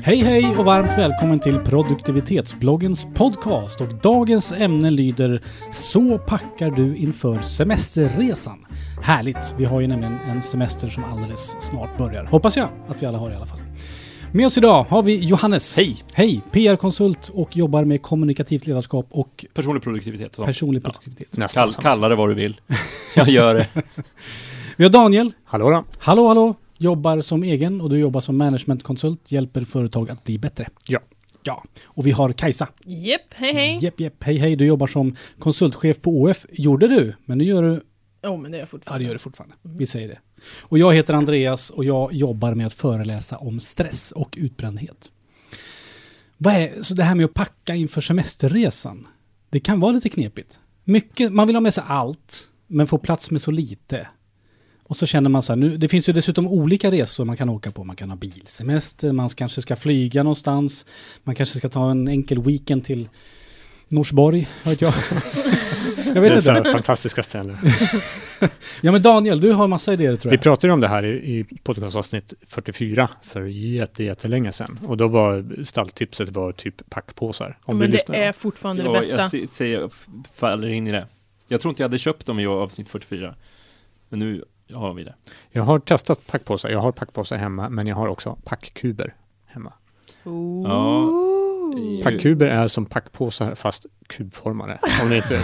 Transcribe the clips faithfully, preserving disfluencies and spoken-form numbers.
Hej hej och varmt välkommen till produktivitetsbloggens podcast, och dagens ämne lyder: så packar du inför semesterresan. Härligt, vi har ju nämligen en semester som alldeles snart börjar. Hoppas jag att vi alla har i alla fall. Med oss idag har vi Johannes. Hej! Hej, P R-konsult och jobbar med kommunikativt ledarskap och personlig produktivitet. Så. Personlig produktivitet. Ja. Kall, kalla det vad du vill. Jag gör det. Vi har Daniel. Hallå då. Hallå, hallå. Jobbar som egen och du jobbar som managementkonsult. Hjälper företag att bli bättre. Ja. Ja. Och vi har Kajsa. Jepp, hej hej. Jepp, jepp, hej hej. Du jobbar som konsultchef på O F. Gjorde du, men nu gör du... Jo, oh, men det gör jag fortfarande. Ja, det gör du fortfarande. Mm. Vi säger det. Och jag heter Andreas och jag jobbar med att föreläsa om stress och utbrändhet. Vad är, så det här med att packa inför semesterresan, det kan vara lite knepigt. Mycket, man vill ha med sig allt, men få plats med så lite. Och så känner man så här, nu, det finns ju dessutom olika resor man kan åka på. Man kan ha bilsemester, man kanske ska flyga någonstans. Man kanske ska ta en enkel weekend till Norsborg, vet jag. Jag vet det är inte. Fantastiska ställen. Ja, men Daniel, du har massa idéer, tror jag. Vi pratade om det här i, i podcastavsnitt fyrtiofyra för jätte, jättelänge sedan. Och då var stalltipset var typ packpåsar. Om men du det lyssnar. är fortfarande ja, det bästa. Jag säger, jag faller in i det. Jag tror inte jag hade köpt dem i avsnitt fyrtiofyra. Men nu har vi det. Jag har testat packpåsar. Jag har packpåsar hemma, men jag har också packkuber hemma. Ooh. Ja. Packkuber är som packpåsar fast kubformade. Om det inte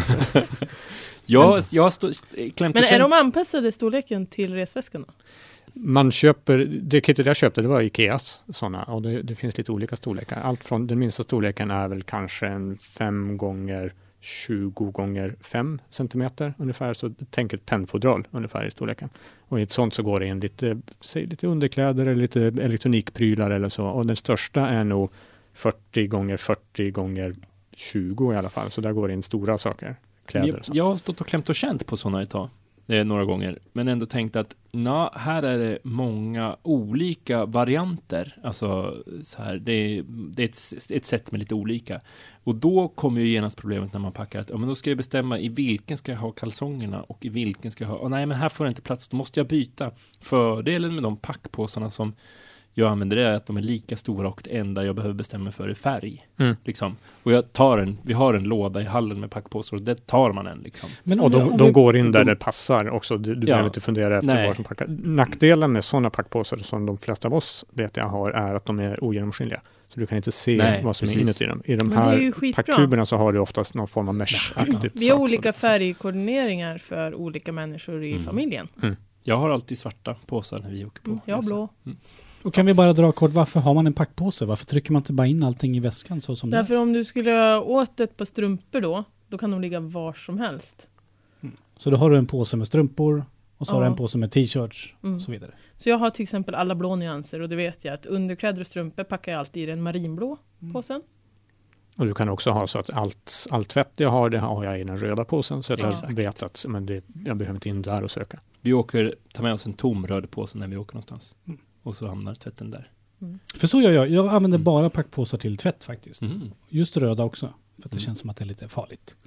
jag, jag stå, klämt Men är känd... de anpassade storleken till resväskan då? Man köper, det kittet jag köpte, det var Ikeas sådana, och det, det finns lite olika storlekar. Allt från, den minsta storleken är väl kanske en fem gånger tjugo gånger fem centimeter ungefär, så tänk ett pennfodral ungefär i storleken. Och i ett sånt så går det in lite, säg, lite underkläder eller lite elektronikprylar eller så, och den största är nog fyrtio gånger fyrtio gånger tjugo i alla fall, så där går det in stora saker. Kläder och jag, jag har stått och klämt och känt på sådana ett tag. Eh, några gånger. Men ändå tänkt att na, här är det många olika varianter. Alltså så här, det är, det är ett, ett sätt med lite olika. Och då kommer ju genast problemet när man packar att ja, men då ska jag bestämma i vilken ska jag ha kalsongerna och i vilken ska jag ha, oh, nej men här får det inte plats, då måste jag byta. Fördelen med de packpåsarna som jag använder det är att de är lika stora och det enda jag behöver bestämma för är färg. Mm. Liksom. Och jag tar en, vi har en låda i hallen med packpåsar och det tar man en. Liksom. Men och de, de går in där det passar också. Du, du ja. behöver inte fundera efter Nej. vad som packar. Nackdelen med sådana packpåsar som de flesta av oss vet jag har är att de är ogenomskinliga. Så du kan inte se Nej, vad som precis. är inuti dem. I de här packkuberna så har du oftast någon form av mesh-aktigt. Vi har olika färgkoordineringar för olika människor i mm. familjen. Mm. Jag har alltid svarta påsar när vi åker på. Mm, jag har blå. Mm. Och kan vi bara dra kort, varför har man en packpåse? Varför trycker man inte bara in allting i väskan så som Därför det? om du skulle åt ett par strumpor då, då kan de ligga var som helst. Mm. Så då har du en påse med strumpor och så ja. har du en påse med t-shirts och mm. så vidare. Så jag har till exempel alla blå nyanser, och det vet jag att underkläder och strumpor packar jag alltid i den marinblå mm. påsen. Och du kan också ha så att allt, allt tvätt jag har, det har jag i den röda påsen, så att ja. jag vet att men det, jag behöver inte in där och söka. Vi åker, tar med oss en tom röd påse när vi åker någonstans. Mm. Och så hamnar tvätten där. Mm. För så gör jag. Jag använder mm. bara packpåsar till tvätt faktiskt. Mm. Just röda också. För att det mm. känns som att det är lite farligt.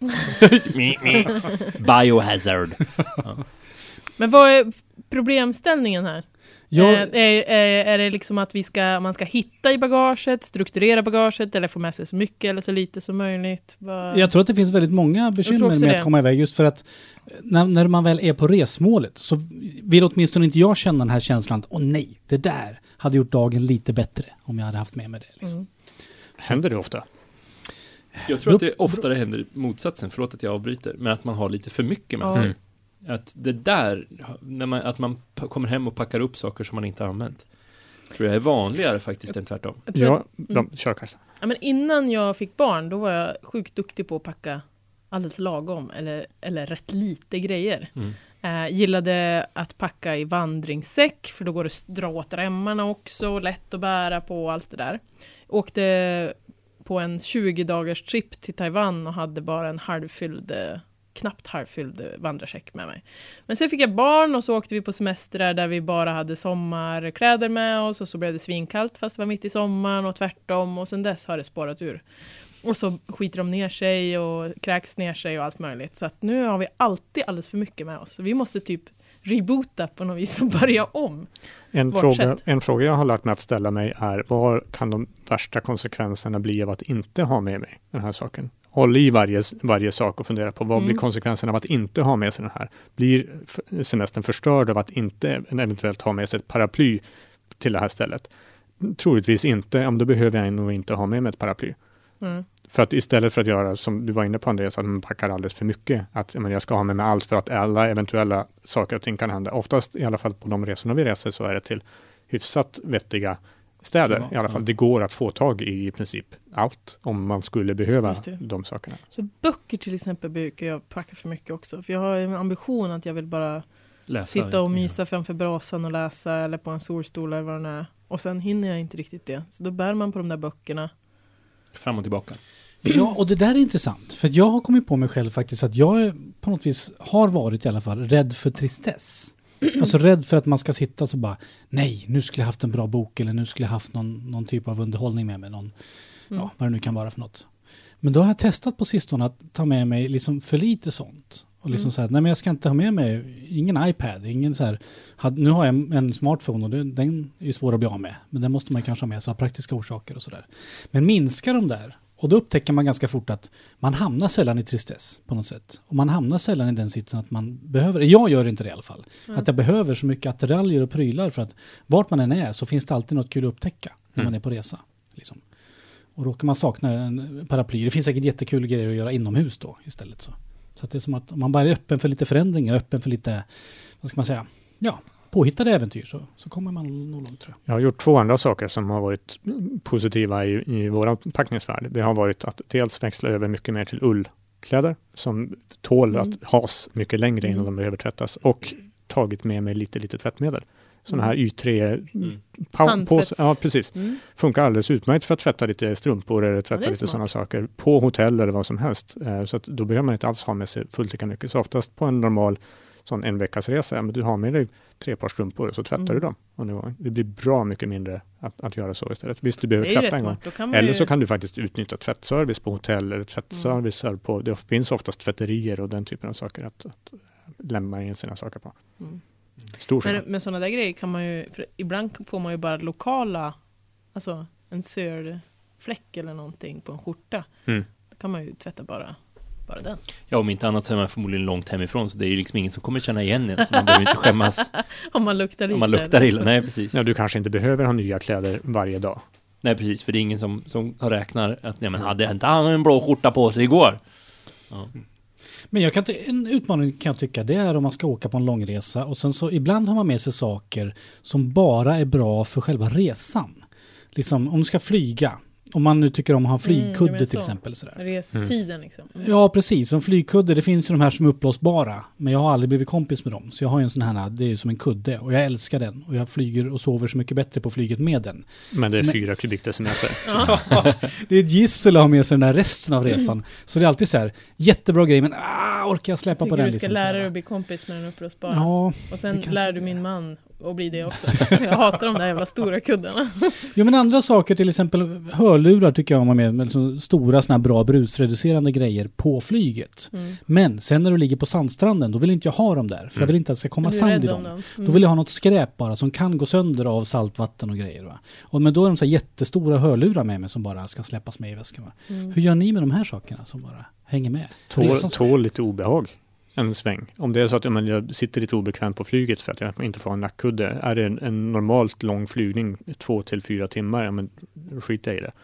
Biohazard. Ja. Men vad är problemställningen här? Jag... Är, är, är, är det liksom att vi ska, man ska hitta i bagaget, strukturera bagaget eller få med sig så mycket eller så lite som möjligt? Vad... Jag tror att det finns väldigt många bekymmer med det. Att komma iväg, just för att när, när man väl är på resmålet så vill åtminstone inte jag känna den här känslan att åh nej, det där hade gjort dagen lite bättre om jag hade haft med mig det. Liksom. Mm. Händer det ofta? Jag tror att det oftare händer motsatsen, förlåt att jag avbryter, men att man har lite för mycket med sig. Mm. Att det där, när man, att man p- kommer hem och packar upp saker som man inte har använt, tror jag är vanligare faktiskt än tvärtom. Ja, de kör Kajsa. Ja, men innan jag fick barn, då var jag sjukt duktig på att packa alldeles lagom, eller, eller rätt lite grejer. Mm. Eh, gillade att packa i vandringssäck, för då går det att dra åt remmarna också, lätt att bära på allt det där. Åkte på en tjugo dagars trip till Taiwan och hade bara en halvfylld knappt halvfylld vandrarsäck med mig. Men sen fick jag barn och så åkte vi på semester där vi bara hade sommarkläder med oss, och så blev det svinkallt fast det var mitt i sommaren och tvärtom, och sen dess har det spårat ur. Och så skiter de ner sig och kräks ner sig och allt möjligt. Så att nu har vi alltid alldeles för mycket med oss. Så vi måste typ reboota på något vis och börja om. En Vart fråga, sätt. en fråga jag har lärt mig att ställa mig är, vad kan de värsta konsekvenserna bli av att inte ha med mig den här saken? Håll i varje, varje sak och fundera på vad Mm. blir konsekvenserna av att inte ha med sig den här? Blir f- semestern förstörd av att inte eventuellt ha med sig ett paraply till det här stället? Troligtvis inte, ja, men då behöver jag nog inte ha med mig ett paraply. Mm. För att istället för att göra som du var inne på Andreas, att man packar alldeles för mycket, att jag, menar, jag ska ha med mig allt för att alla eventuella saker och ting kan hända. Oftast i alla fall på de resorna vi reser så är det till hyfsat vettiga städer. Ja, I alla fall ja. det går att få tag i i princip allt om man skulle behöva Just det. de sakerna. Så böcker till exempel brukar jag packa för mycket också. För jag har en ambition att jag vill bara Läsa sitta och lite. mysa framför brasan och läsa eller på en solstol eller vad det är. Och sen hinner jag inte riktigt det. Så då bär man på de där böckerna. Fram och tillbaka. Ja, och det där är intressant. För jag har kommit på mig själv faktiskt att jag är, på något vis har varit i alla fall rädd för tristess. Alltså rädd för att man ska sitta så bara, nej, nu skulle jag haft en bra bok eller nu skulle jag haft någon, någon typ av underhållning med mig. Någon, Mm. ja, vad det nu kan vara för något. Men då har jag testat på sistone att ta med mig liksom för lite sånt. Och liksom Mm. så här, nej men jag ska inte ha med mig, ingen iPad, ingen så här, had, nu har jag en, en smartphone och det, den är ju svår att bli av med. Men den måste man kanske ha med sig av praktiska orsaker och sådär. Men minska de där. Och då upptäcker man ganska fort att man hamnar sällan i tristess på något sätt. Och man hamnar sällan i den sitsen att man behöver, jag gör inte det i alla fall. Mm. Att jag behöver så mycket attiraljer och prylar för att vart man än är så finns det alltid något kul att upptäcka när Mm. man är på resa. Liksom. Och råkar man sakna en paraply, det finns säkert jättekul grejer att göra inomhus då istället. Så, så att det är som att om man bara är öppen för lite förändringar, öppen för lite, vad ska man säga, ja, påhittade äventyr så, så kommer man nog långt tror jag. Jag har gjort två andra saker som har varit positiva i, i våra packningsvärld. Det har varit att dels växla över mycket mer till ullkläder som tål Mm. att has mycket längre innan Mm. de behöver tvättas, och tagit med mig lite, lite tvättmedel. Sådana här Mm. Y tre Mm. pa- Handtvätts. pås- ja, precis. Mm. Funkar alldeles utmärkt för att tvätta lite strumpor eller Ja, tvätta det är lite smart. sådana saker på hotell eller vad som helst. Eh, Så att då behöver man inte alls ha med sig fullt lika mycket. Så oftast på en normal sån en veckas resa, ja, men du har med dig tre par strumpor och så tvättar Mm. du dem. Och det, det blir bra mycket mindre att, att göra så istället. Visst, du behöver Det är ju tvätta rätt en gång. smart. Då kan man Eller ju... så kan du faktiskt utnyttja tvättservice på hotell eller tvättservice på, det finns oftast tvätterier och den typen av saker att, att lämna in sina saker på. Mm. Stor skillnad. Men med sådana där grejer kan man ju, för ibland får man ju bara lokala, alltså en sörfläck eller någonting på en skjorta. Mm. Då kan man ju tvätta bara, bara den. Ja, om inte annat så är man förmodligen långt hemifrån, så det är ju liksom ingen som kommer känna igen en, så man behöver inte skämmas Om man luktar lite. om man luktar illa. Nej, precis. Ja, du kanske inte behöver ha nya kläder varje dag. Nej, precis, för det är ingen som, som räknar att nej, men hade inte han en blå skjorta på sig igår? Ja. Men jag kan ty- en utmaning kan jag tycka, det är om man ska åka på en långresa och sen så ibland har man med sig saker som bara är bra för själva resan. Liksom om du ska flyga, om man nu tycker om att ha en flygkudde Mm, jag till vet så. exempel. Sådär. Restiden liksom. Mm. Ja, precis. Som flygkudde, det finns ju de här som är uppblåsbara. Men jag har aldrig blivit kompis med dem. Så jag har ju en sån här, det är ju som en kudde. Och jag älskar den. Och jag flyger och sover så mycket bättre på flyget med den. Men det är Men- fyra kubikdecimeter. Det är ett gissel att ha med sig den här resten av resan. Så det är alltid så här, jättebra grej, men ah, orkar jag släppa Tycker på den? du ska liksom, lära så dig här. att bli kompis med den uppblåsbara. Ja, Och det sen kanske- lär du min man att bli det också. Jag hatar de där jävla stora kuddarna. jo, men andra saker, till exempel hörlurar tycker jag om med, med så stora såna här bra brusreducerande grejer på flyget. Mm. Men sen när du ligger på sandstranden, då vill inte jag ha dem där. För jag vill inte att det ska komma Du är sand i rädd dem. om dem. Mm. Då vill jag ha något skräp bara som kan gå sönder av saltvatten och grejer. Va? Och, men då är de så här jättestora hörlurar med mig som bara ska släppas med i väskan. Va? Mm. Hur gör ni med de här sakerna som bara hänger med? Tål, Resan- tål lite obehag en sväng. Om det är så att ja, men jag sitter lite obekvämt på flyget för att jag inte får en nackkudde. Är det en, en normalt lång flygning, två till fyra timmar, ja, men skit i det.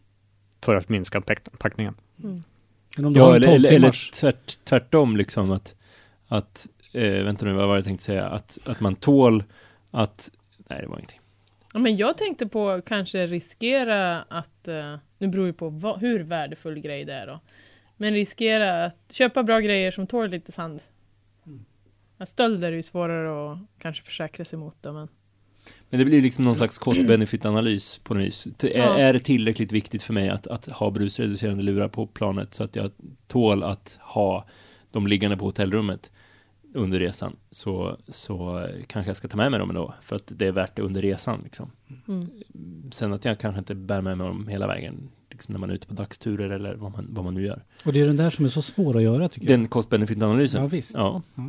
För att minska pack, packningen. Mm. Men om du har Ja, en eller, tolv eller, eller timmars... tvärt, tvärtom liksom att, att eh, vänta nu, vad var det jag tänkte säga? Att, att man tål att, nej det var ingenting. Ja, men jag tänkte på kanske riskera att, eh, nu beror det på vad, hur värdefull grej det är då. Men riskera att köpa bra grejer som tål lite sand. Mm. Ja, stölder är ju svårare att kanske försäkra sig mot det, men Men det blir liksom någon slags cost-benefit-analys på något vis. T- Ja. Är, är det tillräckligt viktigt för mig att, att ha brusreducerande lurar på planet så att jag tål att ha de liggande på hotellrummet under resan, så, så kanske jag ska ta med mig dem ändå, för att det är värt det under resan liksom. mm. Sen att jag kanske inte bär med mig dem hela vägen liksom när man är ute på dagsturer eller vad man, vad man nu gör. Och det är den där som är så svår att göra tycker jag. Den cost-benefit-analysen. Ja, visst. Ja. Ja.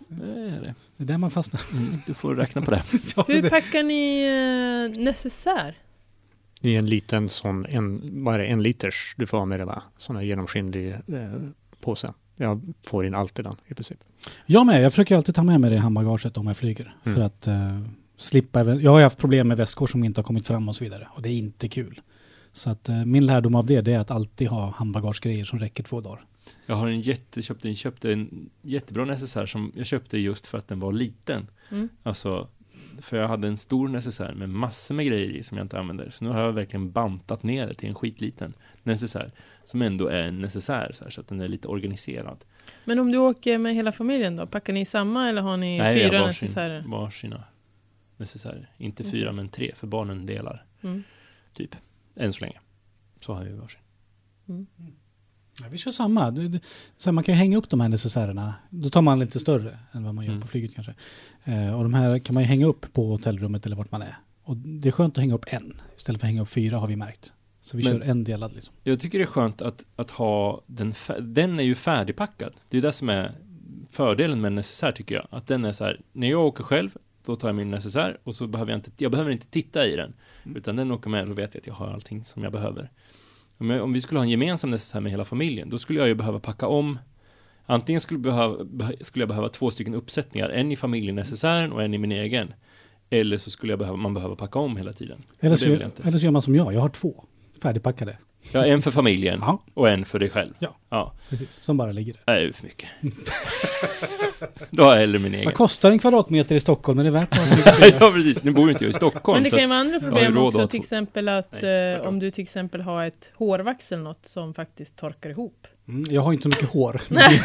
Det är det. Det är där man fastnar. Mm, du får räkna på det. Ja, Hur det- packar ni eh, necessär? I en liten sån, en, bara en liters, du får ha med det va? Sån här genomskinlig eh, påse. Jag får in allt i den i princip. Jag med. Jag försöker alltid ta med mig det i handbagaget om jag flyger. Mm. För att eh, slippa... Jag har ju haft problem med väskor som inte har kommit fram och så vidare. Och det är inte kul. Så att eh, min lärdom av det, det är att alltid ha handbagagegrejer som räcker två dagar. Jag har en jätte, köpte, en, köpte en jättebra necessär som jag köpte just för att den var liten. Mm. Alltså, för jag hade en stor necessär med massor med grejer i som jag inte använder. Så nu har jag verkligen bantat ner det till en skitliten necessär. Som ändå är en necessär så, här, så att den är lite organiserad. Men om du åker med hela familjen då? Packar ni samma eller har ni Nej, jag fyra har varsin, necessärer? varsina necessärer. Inte Okej. fyra men tre, för barnen delar. Mm. Typ. Än så länge. Så har vi varsin. Mm. Ja, vi kör samma. Det- det- Så man kan ju hänga upp de här necessärerna. Då tar man lite större än vad man gör Mm. på flyget kanske. Eh, och de här kan man ju hänga upp på hotellrummet eller vart man är. Och det är skönt att hänga upp en istället för att hänga upp fyra har vi märkt. Så vi Men- kör en delad liksom. Jag tycker det är skönt att, att ha den, fär- den är ju färdigpackad. Det är det som är fördelen med en necessär tycker jag. Att den är så här, när jag åker själv, då tar jag min necessär och så behöver jag inte, jag behöver inte titta i den. Utan den åker med och vet jag att jag har allting som jag behöver. Om, jag, om vi skulle ha en gemensam necessär med hela familjen, då skulle jag ju behöva packa om. Antingen skulle, behöva, beh, skulle jag behöva två stycken uppsättningar, en i familjenecessären och en i min egen. Eller så skulle jag behöva, man behöva packa om hela tiden. Eller Och så, det vill jag inte. eller så gör man som jag. Jag har två färdigpackade. Ja, en för familjen Ja, och en för dig själv. Ja. Ja. precis. Som bara ligger där. Det är ju för mycket. Då har jag hellre min egen. Vad kostar en kvadratmeter i Stockholm? Är det värt det? Ja, precis. Nu bor ju inte jag i Stockholm. Men det så kan ju att- vara andra har ju problem råd att också, ha till två. exempel att Nej, eh, tvärtom. om du till exempel har ett hårvax eller något som faktiskt torkar ihop. Mm, jag har inte så mycket hår.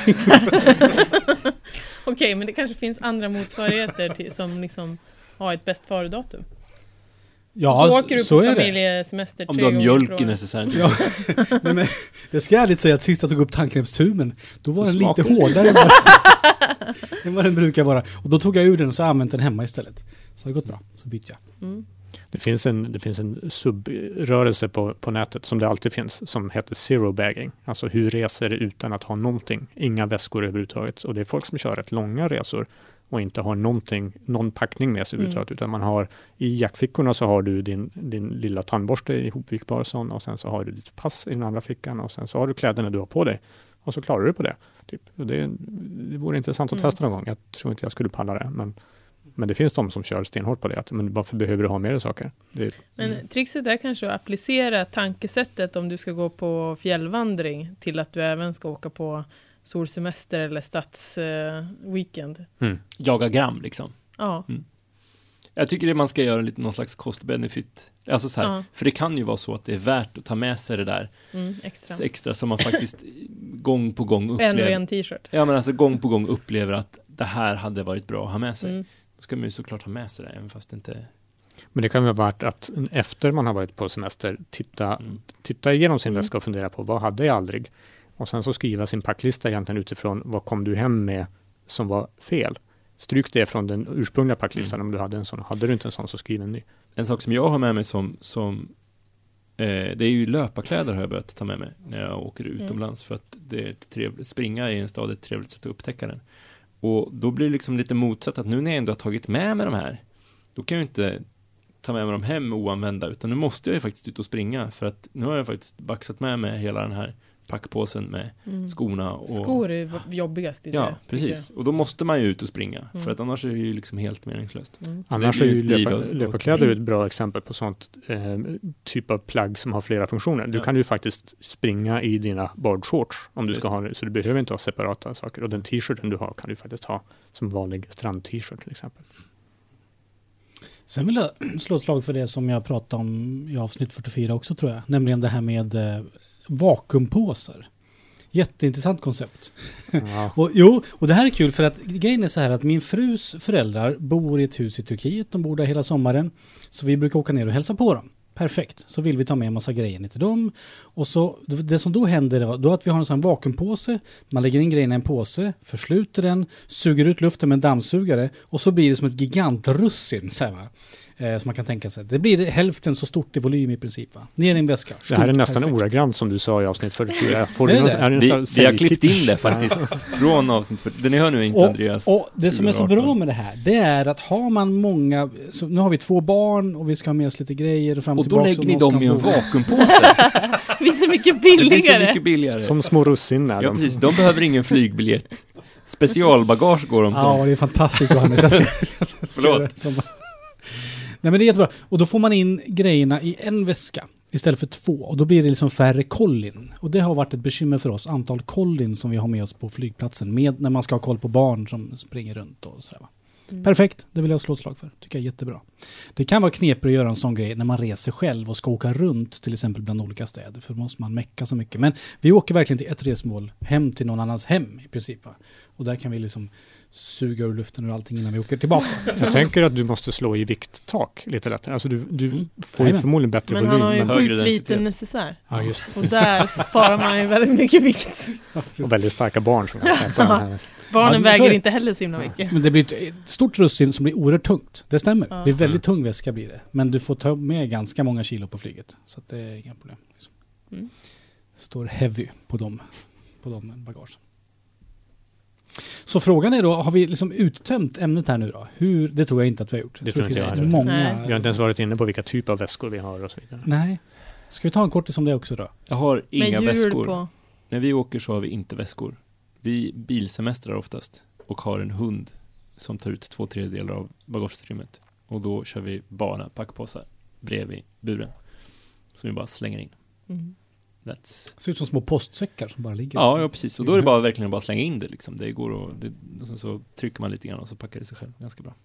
Okej, men det kanske finns andra motsvarigheter till, som liksom har ett bäst före-datum. Ja, så åker du så på är det. familjesemester Om tre du har gånger mjölk per i år. necessären. Ja. Nej, men det ska jag ärligt säga att sist jag tog upp tandkrämstuben, då var Så den lite smakar det. hårdare än vad, än vad den brukar vara. Och då tog jag ur den och så använt den hemma istället. Så det har gått bra. Så bytte jag. Mm. Det finns en, det finns en subrörelse på, på nätet som det alltid finns som heter zero bagging. Alltså hur reser det utan att ha någonting. Inga väskor överhuvudtaget. Och det är folk som kör rätt långa resor och inte har någonting, någon packning med sig Mm. överhuvudtaget. Utan man har i jackfickorna så har du din, din lilla tandborste ihopvikbar sån och sen så har du ditt pass i den andra fickan och sen så har du kläderna du har på dig. Och så klarar du på det. Typ. Och det, det vore intressant att Mm. testa någon gång. Jag tror inte jag skulle palla det. Men, men det finns de som kör stenhårt på det. Att, men varför behöver du ha mer saker? Det, Men trixet är kanske att applicera tankesättet om du ska gå på fjällvandring till att du även ska åka på solsemester eller stadsweekend. mm. Jaga gram liksom. Ja, Jag tycker att man ska göra lite någon slags cost-benefit. Alltså så här, Ja. för det kan ju vara så att det är värt att ta med sig det där mm, extra. extra som man faktiskt gång på gång En upplever. ren t-shirt. Ja, men alltså gång på gång upplever att det här hade varit bra att ha med sig. Mm. Då ska man ju såklart ha med sig det, även fast det inte... Men det kan vara värt att efter man har varit på semester titta, Mm. titta igenom sin Mm. väska och fundera på vad hade jag aldrig? Och sen så skriva sin packlista egentligen utifrån vad kom du hem med som var fel? Stryk det från den ursprungliga packlistan Mm. om du hade en sån. Hade du inte en sån så skriv en ny. En sak som jag har med mig som, som eh, det är ju löparkläder har jag börjat ta med mig när jag åker utomlands för att det är ett trevligt, springa i en stad är ett trevligt sätt att upptäcka den. Och då blir det liksom lite motsatt att nu när jag ändå har tagit med mig de här, då kan jag ju inte ta med mig dem hem oanvända, utan nu måste jag ju faktiskt ut och springa för att nu har jag faktiskt baxat med mig hela den här packpåsen med Mm. skorna och... Skor är v- jobbigast i det. Ja, tycker precis. Och då måste man ju ut och springa. Mm. För att annars är det ju liksom helt meningslöst. jag. Mm. Så Annars det är blir ju ett liv löpa, av- löparkläder ett bra exempel på sånt eh, typ av plagg som har flera funktioner. Du Ja. kan ju faktiskt springa i dina boardshorts om du Just ska ha det. Så du behöver inte ha separata saker. Och den t-shirten du har kan du faktiskt ha som vanlig strand-t-shirt till exempel. Sen vill jag slå ett slag för det som jag pratade om i avsnitt fyrtiofyra också tror jag. Nämligen det här med eh, vakuumpåsar. Jätteintressant koncept. Ja. Och, jo, och det här är kul för att grejen är så här att min frus föräldrar bor i ett hus i Turkiet. De bor där hela sommaren. Så vi brukar åka ner och hälsa på dem. Perfekt. Så vill vi ta med en massa grejer ner till dem. Och så, det som då händer är då att vi har en sån här vakuumpåse. Man lägger in grejerna i en påse, försluter den, suger ut luften med en dammsugare. Och så blir det som ett gigantrussin. Så här, va? Eh, som man kan tänka sig. Det blir hälften så stort i volym i princip, va? Ner i en väska. Det här är nästan perfekt. ordagrant som du sa i avsnitt fyrtiofyra. Får Är du det något, det? är det Vi, något vi har säljtips? klippt in det faktiskt från avsnitt fyrtio. Det ni hör nu är inte Och, Andreas. och det som är så tjugoarton. bra med det här, det är att har man många, så nu har vi två barn och vi ska ha med oss lite grejer och fram och Och då tillbaka. lägger ni någon dem i en ska bo. vakuumpåse. Det blir så mycket Det blir så billigare. mycket billigare. Som små russin är Ja, de. precis. De behöver ingen flygbiljett. Specialbagage går de som. Ja, det är fantastiskt Johannes. Jag ska- jag ska Förlåt. göra det som- Nej men det är jättebra. Och då får man in grejerna i en väska istället för två. Och då blir det liksom färre kollin. Och det har varit ett bekymmer för oss. Antal kollin som vi har med oss på flygplatsen. Med när man ska ha koll på barn som springer runt och sådär, va? Mm. Perfekt, det vill jag slå ett slag för. Tycker jag är jättebra. Det kan vara knepigt att göra en sån grej när man reser själv och ska åka runt till exempel bland olika städer. För då måste man mecka så mycket. Men vi åker verkligen till ett resmål hem till någon annans hem i princip, va? Och där kan vi liksom suga ur luften och allting innan vi åker tillbaka. Jag tänker att du måste slå i vikttak lite lättare. Alltså du, du Mm. får ju Jajamän. förmodligen bättre Men volym. han har ju Men, högre sjukt densitet. liten necessär. ja, just, Och där sparar man ju väldigt mycket vikt. och väldigt starka barn som kan släppa den här. Barnen Ja, så är väger det. inte heller så himla mycket. Men det blir ett stort russin som blir oerhört tungt. Det stämmer. Ja. Det blir väldigt tung väska blir det. Men du får ta med ganska många kilo på flyget. Så att det är inga problem. Liksom. Mm. Står heavy på dem, på dem bagage. Så frågan är då, har vi liksom uttömt ämnet här nu då? Hur, det tror jag inte att vi har gjort. Det tror inte jag finns heller. många. Nej. Vi har inte ens varit inne på vilka typer av väskor vi har och så vidare. Nej. Ska vi ta en kortis om det också då? Jag har inga Med hjul väskor. på. När vi åker så har vi inte väskor. Vi bilsemestrar oftast och har en hund som tar ut två tredjedelar av bagageutrymmet. Och då kör vi bara packpåsar bredvid buren som vi bara slänger in. Mm. That's... Ser ut som små postsäckar som bara ligger. Ja, ja, precis. Och då är det bara verkligen bara slänga in det liksom. Det går och, det, och så, så trycker man lite grann och så packar det sig själv ganska bra.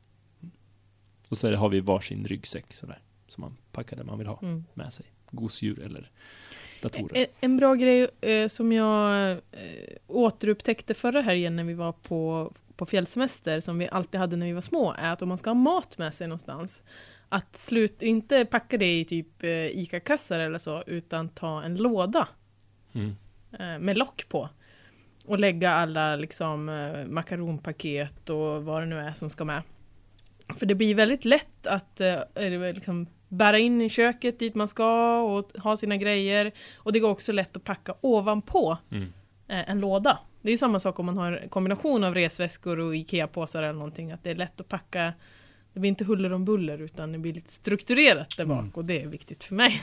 Och så är det, har vi varsin ryggsäck sådär som man packar det man vill ha Mm. med sig. Gosedjur eller datorer. En, en bra grej eh, som jag eh, återupptäckte förra helgen när vi var på, på fjällsemester, som vi alltid hade när vi var små, är att om man ska ha mat med sig någonstans, att slut, inte packa det i typ eh, ICA-kassar eller så, utan ta en låda Mm. eh, med lock på. Och lägga alla liksom eh, makaronpaket och vad det nu är som ska med. För det blir väldigt lätt att eh, är liksom bära in i köket dit man ska och ha sina grejer. Och det går också lätt att packa ovanpå Mm. eh, en låda. Det är ju samma sak om man har en kombination av resväskor och Ikea-påsar eller någonting. Att det är lätt att packa. Det blir inte huller om buller utan det blir lite strukturerat där bak. Mm. Och det är viktigt för mig.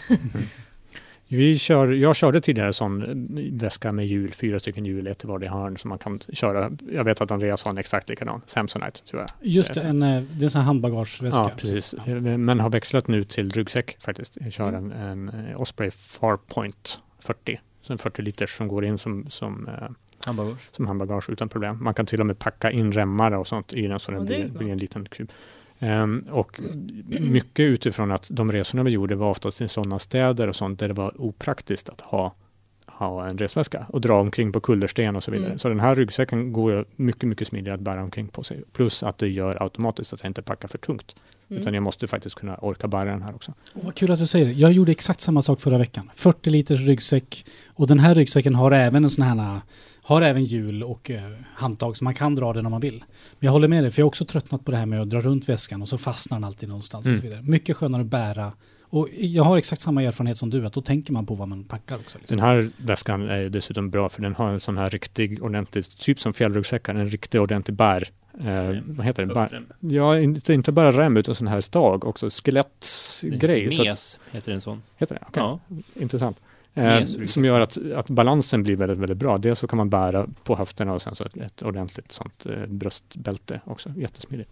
Vi kör, jag körde tidigare sån väska med hjul, fyra stycken hjul, ett i varje hörn som man kan köra. Jag vet att Andreas har en exakt likadan, Samsonite tror jag. Just det, en, eh, det är en sån här handbagageväska. Ja, precis. Ja. Men har växlat nu till ryggsäck faktiskt. Jag kör Mm. en, en eh, Osprey Farpoint fyrtio. Så en fyrtio liters som går in som, som, eh, Handbagage. som handbagage utan problem. Man kan till och med packa in remmar och sånt i den så den Ja, det är blir, bra. blir en liten kub. Um, och mycket utifrån att de resorna vi gjorde var oftast i sådana städer och sånt där det var opraktiskt att ha, ha en resväska och dra omkring på kullersten och så vidare. Mm. Så den här ryggsäcken går ju mycket, mycket smidigare att bära omkring på sig. Plus att det gör automatiskt att jag inte packar för tungt. Mm. Utan jag måste faktiskt kunna orka bära den här också. Åh, vad kul att du säger det. Jag gjorde exakt samma sak förra veckan. fyrtio liters ryggsäck. Och den här ryggsäcken har även en sån här, har även hjul och eh, handtag så man kan dra den om man vill. Men jag håller med dig, för jag har också tröttnat på det här med att dra runt väskan och så fastnar den alltid någonstans Mm. och så vidare. Mycket skönare att bära. Och jag har exakt samma erfarenhet som du, att då tänker man på vad man packar också. Liksom. Den här väskan är ju dessutom bra för den har en sån här riktig ordentlig, typ som fjällryggsäckar, en riktig ordentlig bär. Eh, vad heter det? Bär. Höftrem. Ja, inte, inte bara rem utan sån här stag också, skelettgrej. Så att, Mes heter en sån. heter det? Okej. Ja. Intressant. Mes Eh, ryggsäck. som gör att, att balansen blir väldigt, väldigt bra. Dels så kan man bära på höfterna och sen så ett, ett ordentligt sånt eh, bröstbälte också. Jättesmidigt.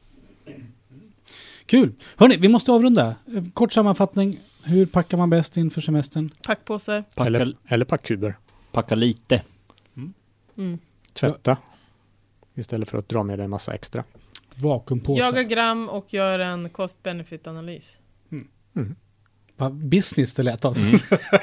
Kul! Hörni, vi måste avrunda. Eh, Kort sammanfattning. Hur packar man bäst inför semestern? Packpåsar. Packa, Eller, eller packkuber. packa lite. Mm. Tvätta. Istället för att dra med en massa extra. Vakuumpåsar. Jaga gram och gör en cost-benefit-analys. Mm. Vad business det lät av. Mm.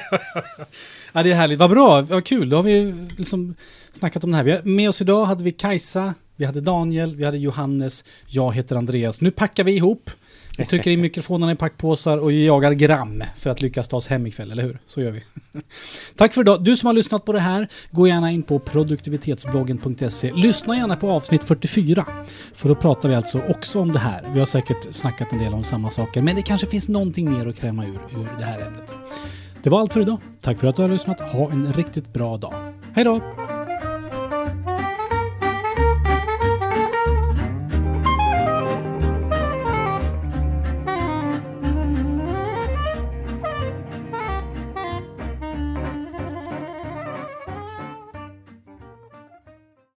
Ja, det är härligt. Vad bra. Vad kul. Då har vi liksom snackat om det här. Vi har, med oss idag hade vi Kajsa, vi hade Daniel, vi hade Johannes, jag heter Andreas. Nu packar vi ihop. Vi trycker in mikrofonerna i packpåsar och jagar gram för att lyckas ta oss hem ikväll, eller hur? Så gör vi. Tack för idag. Du som har lyssnat på det här, gå gärna in på produktivitetsbloggen punkt se. Lyssna gärna på avsnitt fyrtiofyra. För då pratar vi alltså också om det här. Vi har säkert snackat en del om samma saker, men det kanske finns någonting mer att kräma ur, ur det här ämnet. Det var allt för idag. Tack för att du har lyssnat. Ha en riktigt bra dag. Hej då!